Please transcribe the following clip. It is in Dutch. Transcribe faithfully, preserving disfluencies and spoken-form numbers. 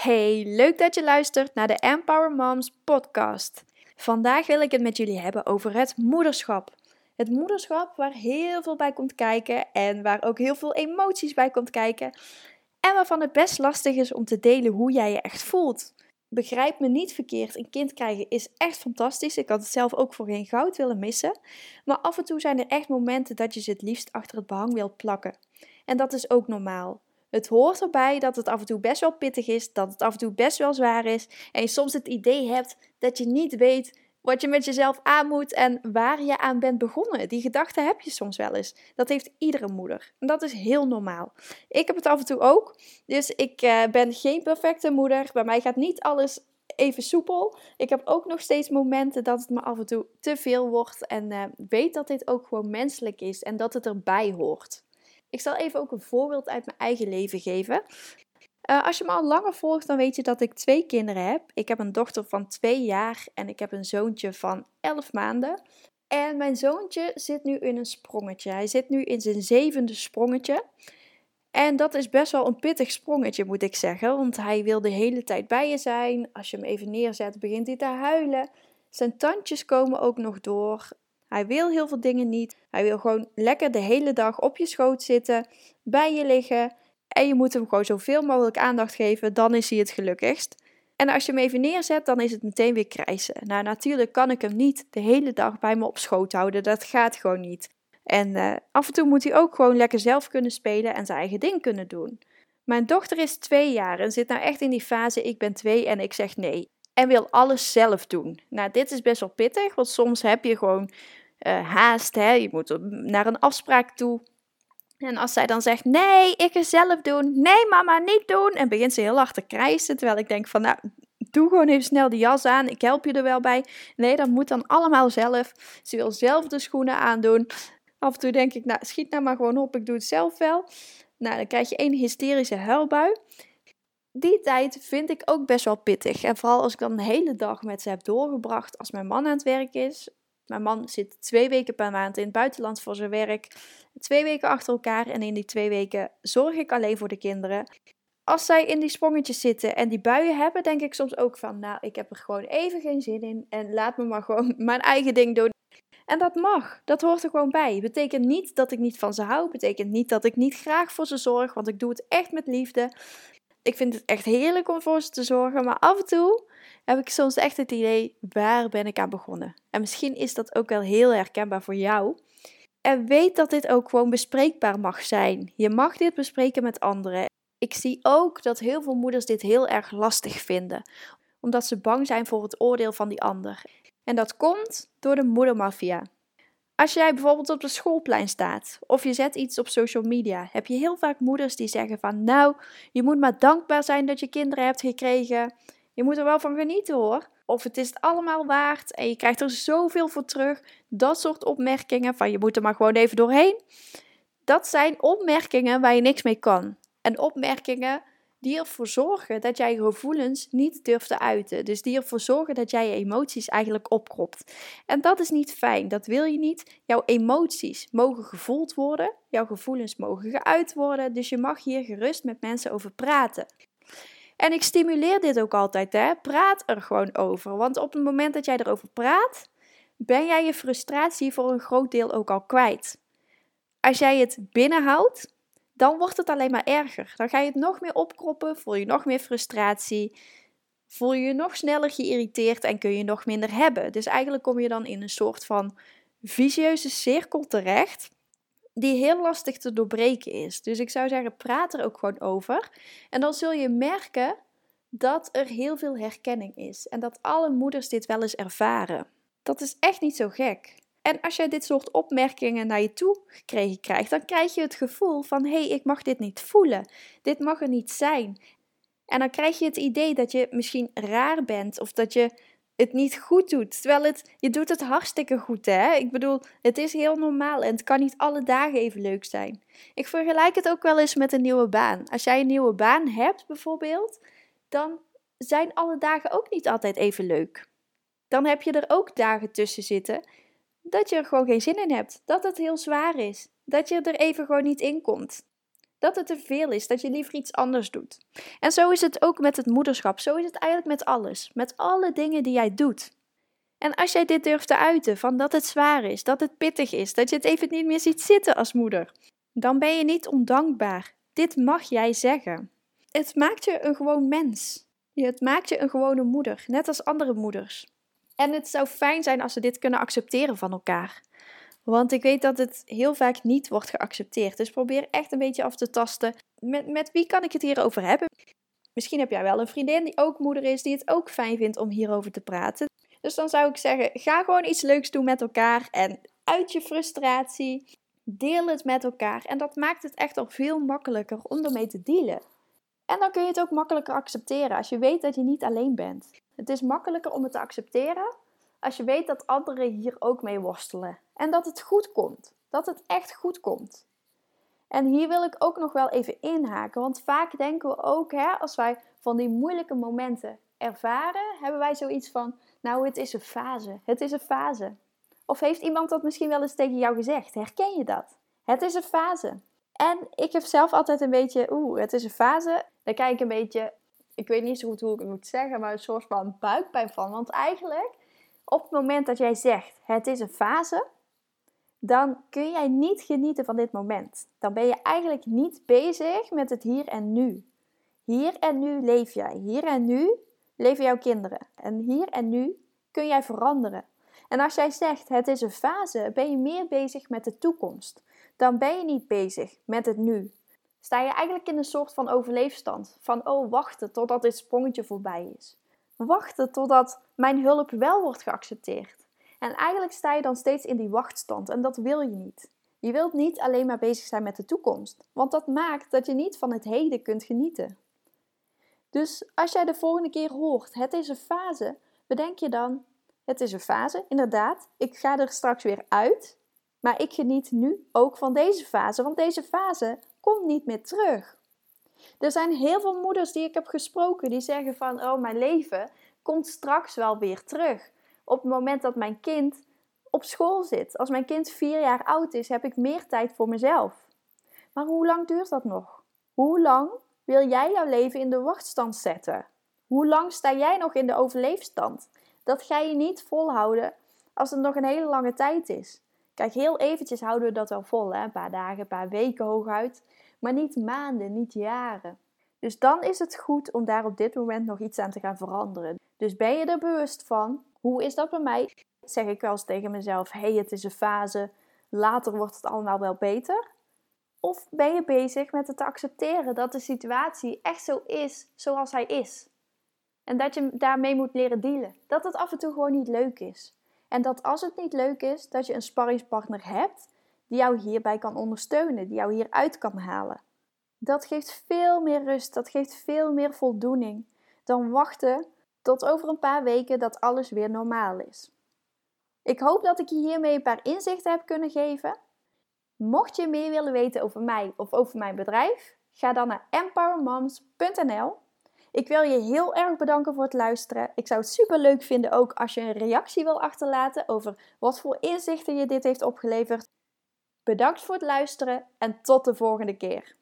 Hey, leuk dat je luistert naar de Empower Moms podcast. Vandaag wil ik het met jullie hebben over het moederschap. Het moederschap waar heel veel bij komt kijken en waar ook heel veel emoties bij komt kijken. En waarvan het best lastig is om te delen hoe jij je echt voelt. Begrijp me niet verkeerd, een kind krijgen is echt fantastisch. Ik had het zelf ook voor geen goud willen missen. Maar af en toe zijn er echt momenten dat je ze het liefst achter het behang wilt plakken. En dat is ook normaal. Het hoort erbij dat het af en toe best wel pittig is, dat het af en toe best wel zwaar is. En je soms het idee hebt dat je niet weet wat je met jezelf aan moet en waar je aan bent begonnen. Die gedachten heb je soms wel eens. Dat heeft iedere moeder. En dat is heel normaal. Ik heb het af en toe ook. Dus ik uh, ben geen perfecte moeder. Bij mij gaat niet alles even soepel. Ik heb ook nog steeds momenten dat het me af en toe te veel wordt. En uh, weet dat dit ook gewoon menselijk is en dat het erbij hoort. Ik zal even ook een voorbeeld uit mijn eigen leven geven. Uh, als je me al langer volgt, dan weet je dat ik twee kinderen heb. Ik heb een dochter van twee jaar en ik heb een zoontje van elf maanden. En mijn zoontje zit nu in een sprongetje. Hij zit nu in zijn zevende sprongetje. En dat is best wel een pittig sprongetje, moet ik zeggen. Want hij wil de hele tijd bij je zijn. Als je hem even neerzet, begint hij te huilen. Zijn tandjes komen ook nog door. Hij wil heel veel dingen niet. Hij wil gewoon lekker de hele dag op je schoot zitten, bij je liggen. En je moet hem gewoon zoveel mogelijk aandacht geven, dan is hij het gelukkigst. En als je hem even neerzet, dan is het meteen weer krijsen. Nou, natuurlijk kan ik hem niet de hele dag bij me op schoot houden. Dat gaat gewoon niet. En uh, af en toe moet hij ook gewoon lekker zelf kunnen spelen en zijn eigen ding kunnen doen. Mijn dochter is twee jaar en zit nou echt in die fase, ik ben twee en ik zeg nee. En wil alles zelf doen. Nou, dit is best wel pittig, want soms heb je gewoon uh, haast. Hè? Je moet naar een afspraak toe. En als zij dan zegt, nee, ik ga zelf doen. Nee, mama, niet doen. En begint ze heel hard te krijsen. Terwijl ik denk van, nou, doe gewoon even snel die jas aan. Ik help je er wel bij. Nee, dat moet dan allemaal zelf. Ze wil zelf de schoenen aandoen. Af en toe denk ik, nou, schiet nou maar gewoon op. Ik doe het zelf wel. Nou, dan krijg je één hysterische huilbui. Die tijd vind ik ook best wel pittig. En vooral als ik dan een hele dag met ze heb doorgebracht als mijn man aan het werk is. Mijn man zit twee weken per maand in het buitenland voor zijn werk. Twee weken achter elkaar en in die twee weken zorg ik alleen voor de kinderen. Als zij in die sprongetjes zitten en die buien hebben, denk ik soms ook van, nou, ik heb er gewoon even geen zin in en laat me maar gewoon mijn eigen ding doen. En dat mag, dat hoort er gewoon bij. Betekent niet dat ik niet van ze hou, betekent niet dat ik niet graag voor ze zorg, want ik doe het echt met liefde. Ik vind het echt heerlijk om voor ze te zorgen, maar af en toe heb ik soms echt het idee, waar ben ik aan begonnen? En misschien is dat ook wel heel herkenbaar voor jou. En weet dat dit ook gewoon bespreekbaar mag zijn. Je mag dit bespreken met anderen. Ik zie ook dat heel veel moeders dit heel erg lastig vinden, omdat ze bang zijn voor het oordeel van die ander. En dat komt door de moedermafia. Als jij bijvoorbeeld op de schoolplein staat of je zet iets op social media, heb je heel vaak moeders die zeggen van, nou, je moet maar dankbaar zijn dat je kinderen hebt gekregen. Je moet er wel van genieten hoor. Of het is het allemaal waard en je krijgt er zoveel voor terug. Dat soort opmerkingen van je moet er maar gewoon even doorheen. Dat zijn opmerkingen waar je niks mee kan. En opmerkingen die ervoor zorgen dat jij je gevoelens niet durft te uiten. Dus die ervoor zorgen dat jij je emoties eigenlijk opkropt. En dat is niet fijn, dat wil je niet. Jouw emoties mogen gevoeld worden, jouw gevoelens mogen geuit worden. Dus je mag hier gerust met mensen over praten. En ik stimuleer dit ook altijd, hè. Praat er gewoon over. Want op het moment dat jij erover praat, ben jij je frustratie voor een groot deel ook al kwijt. Als jij het binnenhoudt, dan wordt het alleen maar erger. Dan ga je het nog meer opkroppen, voel je nog meer frustratie, voel je je nog sneller geïrriteerd en kun je nog minder hebben. Dus eigenlijk kom je dan in een soort van vicieuze cirkel terecht, die heel lastig te doorbreken is. Dus ik zou zeggen, praat er ook gewoon over. En dan zul je merken dat er heel veel herkenning is. En dat alle moeders dit wel eens ervaren. Dat is echt niet zo gek. En als jij dit soort opmerkingen naar je toe gekregen krijgt, dan krijg je het gevoel van, hé, hey, ik mag dit niet voelen. Dit mag er niet zijn. En dan krijg je het idee dat je misschien raar bent of dat je het niet goed doet. Terwijl het, je doet het hartstikke goed, hè. Ik bedoel, het is heel normaal en het kan niet alle dagen even leuk zijn. Ik vergelijk het ook wel eens met een nieuwe baan. Als jij een nieuwe baan hebt bijvoorbeeld, dan zijn alle dagen ook niet altijd even leuk. Dan heb je er ook dagen tussen zitten dat je er gewoon geen zin in hebt. Dat het heel zwaar is. Dat je er even gewoon niet in komt. Dat het te veel is, dat je liever iets anders doet. En zo is het ook met het moederschap. Zo is het eigenlijk met alles. Met alle dingen die jij doet. En als jij dit durft te uiten, van dat het zwaar is, dat het pittig is, dat je het even niet meer ziet zitten als moeder, dan ben je niet ondankbaar. Dit mag jij zeggen. Het maakt je een gewoon mens. Het maakt je een gewone moeder, net als andere moeders. En het zou fijn zijn als we dit kunnen accepteren van elkaar. Want ik weet dat het heel vaak niet wordt geaccepteerd. Dus probeer echt een beetje af te tasten. Met, met wie kan ik het hierover hebben? Misschien heb jij wel een vriendin die ook moeder is, die het ook fijn vindt om hierover te praten. Dus dan zou ik zeggen, ga gewoon iets leuks doen met elkaar en uit je frustratie. Deel het met elkaar en dat maakt het echt al veel makkelijker om ermee te dealen. En dan kun je het ook makkelijker accepteren als je weet dat je niet alleen bent. Het is makkelijker om het te accepteren als je weet dat anderen hier ook mee worstelen. En dat het goed komt. Dat het echt goed komt. En hier wil ik ook nog wel even inhaken. Want vaak denken we ook, hè, als wij van die moeilijke momenten ervaren, hebben wij zoiets van, nou het is een fase. Het is een fase. Of heeft iemand dat misschien wel eens tegen jou gezegd? Herken je dat? Het is een fase. En ik heb zelf altijd een beetje, oeh, het is een fase. Dan kijk ik een beetje, ik weet niet zo goed hoe ik het moet zeggen, maar een soort van buikpijn van. Want eigenlijk, op het moment dat jij zegt, het is een fase, dan kun jij niet genieten van dit moment. Dan ben je eigenlijk niet bezig met het hier en nu. Hier en nu leef jij. Hier en nu leven jouw kinderen. En hier en nu kun jij veranderen. En als jij zegt, het is een fase, ben je meer bezig met de toekomst. Dan ben je niet bezig met het nu. Sta je eigenlijk in een soort van overleefstand. Van, oh, wachten totdat dit sprongetje voorbij is. Wachten totdat mijn hulp wel wordt geaccepteerd. En eigenlijk sta je dan steeds in die wachtstand. En dat wil je niet. Je wilt niet alleen maar bezig zijn met de toekomst. Want dat maakt dat je niet van het heden kunt genieten. Dus als jij de volgende keer hoort, het is een fase, bedenk je dan, het is een fase, inderdaad. Ik ga er straks weer uit. Maar ik geniet nu ook van deze fase, want deze fase komt niet meer terug. Er zijn heel veel moeders die ik heb gesproken die zeggen van, oh, mijn leven komt straks wel weer terug. Op het moment dat mijn kind op school zit. Als mijn kind vier jaar oud is, heb ik meer tijd voor mezelf. Maar hoe lang duurt dat nog? Hoe lang wil jij jouw leven in de wachtstand zetten? Hoe lang sta jij nog in de overleefstand? Dat ga je niet volhouden als het nog een hele lange tijd is. Kijk, heel eventjes houden we dat wel vol, hè? Een paar dagen, een paar weken hooguit. Maar niet maanden, niet jaren. Dus dan is het goed om daar op dit moment nog iets aan te gaan veranderen. Dus ben je er bewust van, hoe is dat bij mij? Zeg ik wel eens tegen mezelf, hé, hey, het is een fase, later wordt het allemaal wel beter. Of ben je bezig met het te accepteren dat de situatie echt zo is zoals hij is. En dat je daarmee moet leren dealen. Dat het af en toe gewoon niet leuk is. En dat als het niet leuk is, dat je een sparringspartner hebt die jou hierbij kan ondersteunen, die jou hieruit kan halen. Dat geeft veel meer rust, dat geeft veel meer voldoening dan wachten tot over een paar weken dat alles weer normaal is. Ik hoop dat ik je hiermee een paar inzichten heb kunnen geven. Mocht je meer willen weten over mij of over mijn bedrijf, ga dan naar empower moms punt n l. Ik wil je heel erg bedanken voor het luisteren. Ik zou het super leuk vinden ook als je een reactie wil achterlaten over wat voor inzichten je dit heeft opgeleverd. Bedankt voor het luisteren en tot de volgende keer.